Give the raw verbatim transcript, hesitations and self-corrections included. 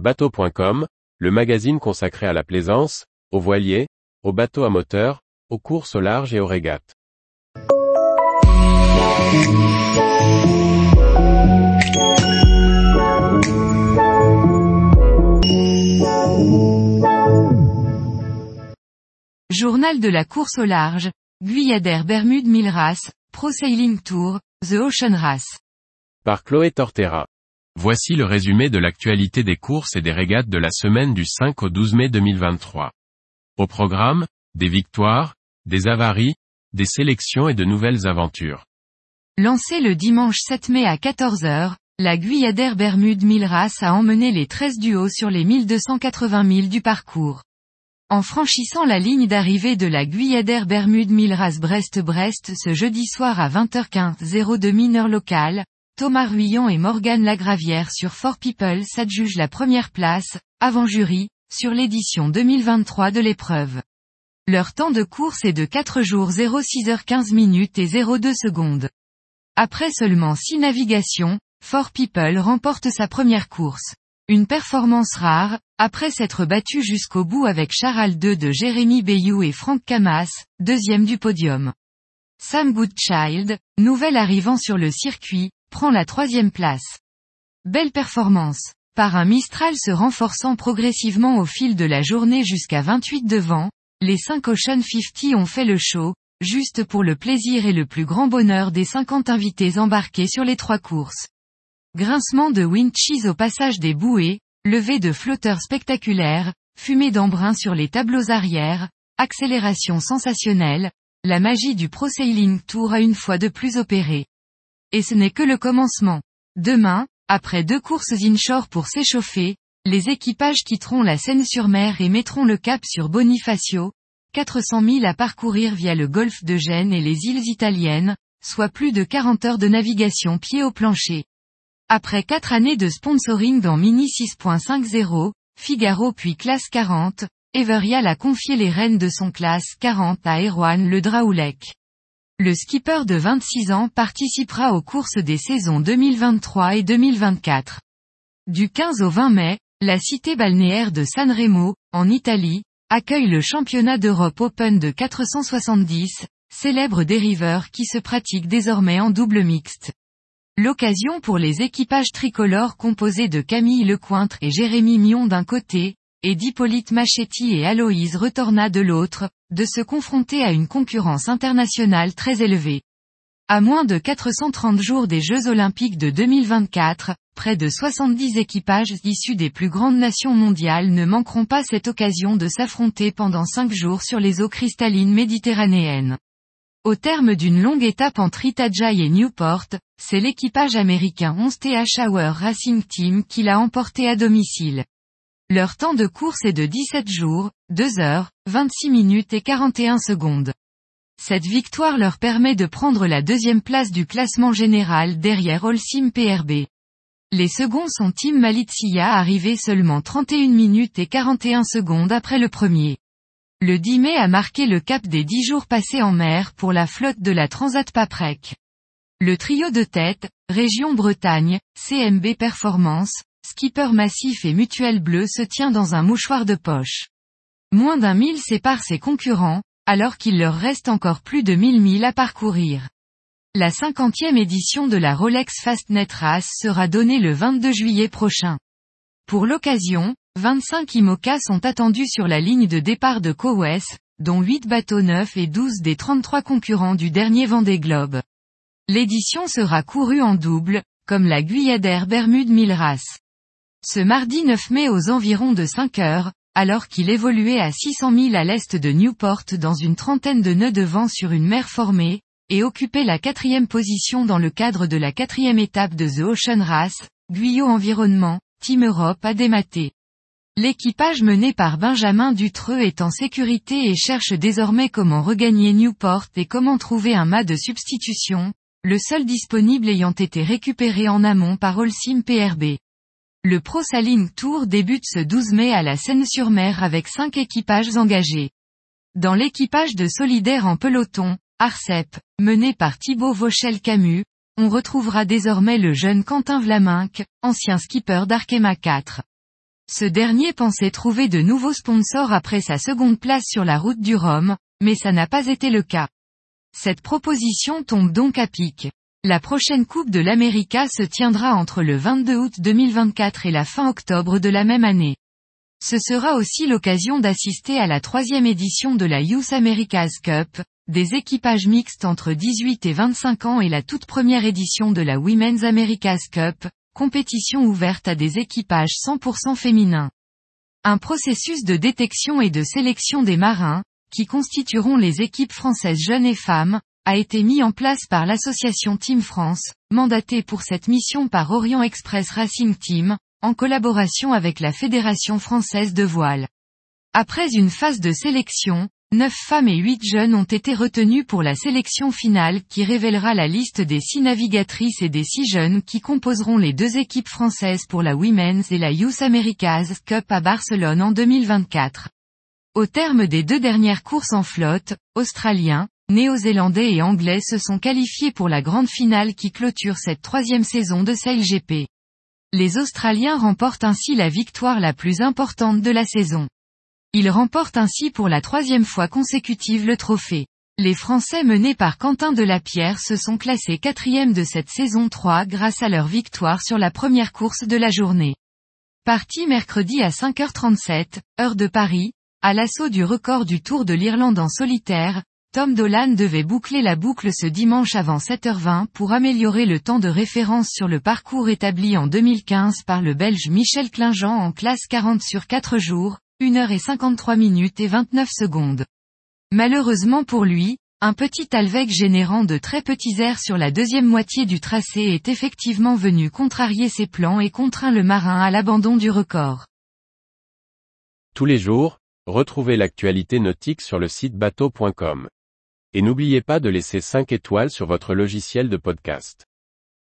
bateau point com, le magazine consacré à la plaisance, aux voiliers, aux bateaux à moteur, aux courses au large et aux régates. Journal de la course au large, Guyadère Bermude mille Races, Pro Sailing Tour, The Ocean Race. Par Chloé Tortera. Voici le résumé de l'actualité des courses et des régates de la semaine du cinq au douze mai deux mille vingt-trois. Au programme, des victoires, des avaries, des sélections et de nouvelles aventures. Lancée le dimanche sept mai à quatorze heures, la Guyadère Bermude mille Races a emmené les treize duos sur les mille deux cent quatre-vingts milles du parcours. En franchissant la ligne d'arrivée de la Guyadère Bermude mille Races Brest-Brest ce jeudi soir à vingt heures quinze de mineur local, Thomas Ruillon et Morgane Lagravière sur four people s'adjugent la première place, avant jury, sur l'édition deux mille vingt-trois de l'épreuve. Leur temps de course est de quatre jours zéro six heures quinze minutes et zéro deux secondes. Après seulement six navigations, four people remporte sa première course. Une performance rare, après s'être battu jusqu'au bout avec Charal deux de Jérémy Bayou et Franck Camas, deuxième du podium. Sam Goodchild, nouvel arrivant sur le circuit, prend la troisième place. Belle performance. Par un Mistral se renforçant progressivement au fil de la journée jusqu'à vingt-huit de vent, les cinq Ocean cinquante ont fait le show, juste pour le plaisir et le plus grand bonheur des cinquante invités embarqués sur les trois courses. Grincement de winches au passage des bouées, levée de flotteurs spectaculaires, fumée d'embrun sur les tableaux arrière, accélération sensationnelle, la magie du Pro Sailing Tour a une fois de plus opéré. Et ce n'est que le commencement. Demain, après deux courses inshore pour s'échauffer, les équipages quitteront la Seine-sur-Mer et mettront le cap sur Bonifacio, quatre cents milles à parcourir via le golfe de Gênes et les îles italiennes, soit plus de quarante heures de navigation pied au plancher. Après quatre années de sponsoring dans Mini six point cinquante, Figaro puis Classe quarante, Everial a confié les rênes de son Classe quarante à Erwan Le Draoulec. Le skipper de vingt-six ans participera aux courses des saisons deux mille vingt-trois et deux mille vingt-quatre. Du quinze au vingt mai, la cité balnéaire de San Remo, en Italie, accueille le championnat d'Europe Open de quatre cent soixante-dix, célèbre dériveur qui se pratique désormais en double mixte. L'occasion pour les équipages tricolores composés de Camille Lecointre et Jérémy Mion d'un côté, et d'Hippolyte Machetti et Aloïse Retorna de l'autre, de se confronter à une concurrence internationale très élevée. À moins de quatre cent trente jours des Jeux Olympiques de deux mille vingt-quatre, près de soixante-dix équipages issus des plus grandes nations mondiales ne manqueront pas cette occasion de s'affronter pendant cinq jours sur les eaux cristallines méditerranéennes. Au terme d'une longue étape entre Itajaí et Newport, c'est l'équipage américain onze T H Hour Racing Team qui l'a emporté à domicile. Leur temps de course est de dix-sept jours, deux heures, vingt-six minutes et quarante et une secondes. Cette victoire leur permet de prendre la deuxième place du classement général derrière Holcim P R B. Les seconds sont Team Malizia arrivé seulement trente et une minutes et quarante et une secondes après le premier. Le dix mai a marqué le cap des dix jours passés en mer pour la flotte de la Transat Paprec. Le trio de tête, Région Bretagne, C M B Performance, Skipper Massif et Mutuelle Bleue se tient dans un mouchoir de poche. Moins d'un mille sépare ses concurrents, alors qu'il leur reste encore plus de mille milles à parcourir. La cinquantième édition de la Rolex Fastnet Race sera donnée le vingt-deux juillet prochain. Pour l'occasion, vingt-cinq IMOCA sont attendus sur la ligne de départ de Cowes, dont huit bateaux neufs et douze des trente-trois concurrents du dernier Vendée Globe. L'édition sera courue en double, comme la Guyadère Bermude mille Races. Ce mardi neuf mai aux environs de cinq heures, alors qu'il évoluait à six cents milles à l'est de Newport dans une trentaine de nœuds de vent sur une mer formée, et occupait la quatrième position dans le cadre de la quatrième étape de The Ocean Race, Guyot Environnement, Team Europe a dématé. L'équipage mené par Benjamin Dutreux est en sécurité et cherche désormais comment regagner Newport et comment trouver un mât de substitution, le seul disponible ayant été récupéré en amont par Holcim P R B. Le Pro Sailing Tour débute ce douze mai à la Seine-sur-Mer avec cinq équipages engagés. Dans l'équipage de solidaires en peloton, Arcep, mené par Thibaut Vauchel-Camus, on retrouvera désormais le jeune Quentin Vlaminck, ancien skipper d'Arkema quatre. Ce dernier pensait trouver de nouveaux sponsors après sa seconde place sur la route du Rhum, mais ça n'a pas été le cas. Cette proposition tombe donc à pic. La prochaine Coupe de l'América se tiendra entre le vingt-deux août deux mille vingt-quatre et la fin octobre de la même année. Ce sera aussi l'occasion d'assister à la troisième édition de la Youth America's Cup, des équipages mixtes entre dix-huit et vingt-cinq ans et la toute première édition de la Women's America's Cup, compétition ouverte à des équipages cent pour cent féminins. Un processus de détection et de sélection des marins, qui constitueront les équipes françaises jeunes et femmes, a été mis en place par l'association Team France, mandatée pour cette mission par Orient Express Racing Team, en collaboration avec la Fédération française de voile. Après une phase de sélection, neuf femmes et huit jeunes ont été retenus pour la sélection finale qui révélera la liste des six navigatrices et des six jeunes qui composeront les deux équipes françaises pour la Women's et la Youth America's Cup à Barcelone en deux mille vingt-quatre. Au terme des deux dernières courses en flotte, Australiens, Néo-Zélandais et Anglais se sont qualifiés pour la grande finale qui clôture cette troisième saison de SailGP. Les Australiens remportent ainsi la victoire la plus importante de la saison. Ils remportent ainsi pour la troisième fois consécutive le trophée. Les Français menés par Quentin Delapierre se sont classés quatrième de cette saison trois grâce à leur victoire sur la première course de la journée. Parti mercredi à cinq heures trente-sept, heure de Paris, à l'assaut du record du Tour de l'Irlande en solitaire, Tom Dolan devait boucler la boucle ce dimanche avant sept heures vingt pour améliorer le temps de référence sur le parcours établi en deux mille quinze par le Belge Michel Klingent en classe quarante sur quatre jours, une heure cinquante-trois minutes et vingt-neuf secondes. Malheureusement pour lui, un petit Alveg générant de très petits airs sur la deuxième moitié du tracé est effectivement venu contrarier ses plans et contraint le marin à l'abandon du record. Tous les jours, retrouvez l'actualité nautique sur le site bateau point com. Et n'oubliez pas de laisser cinq étoiles sur votre logiciel de podcast.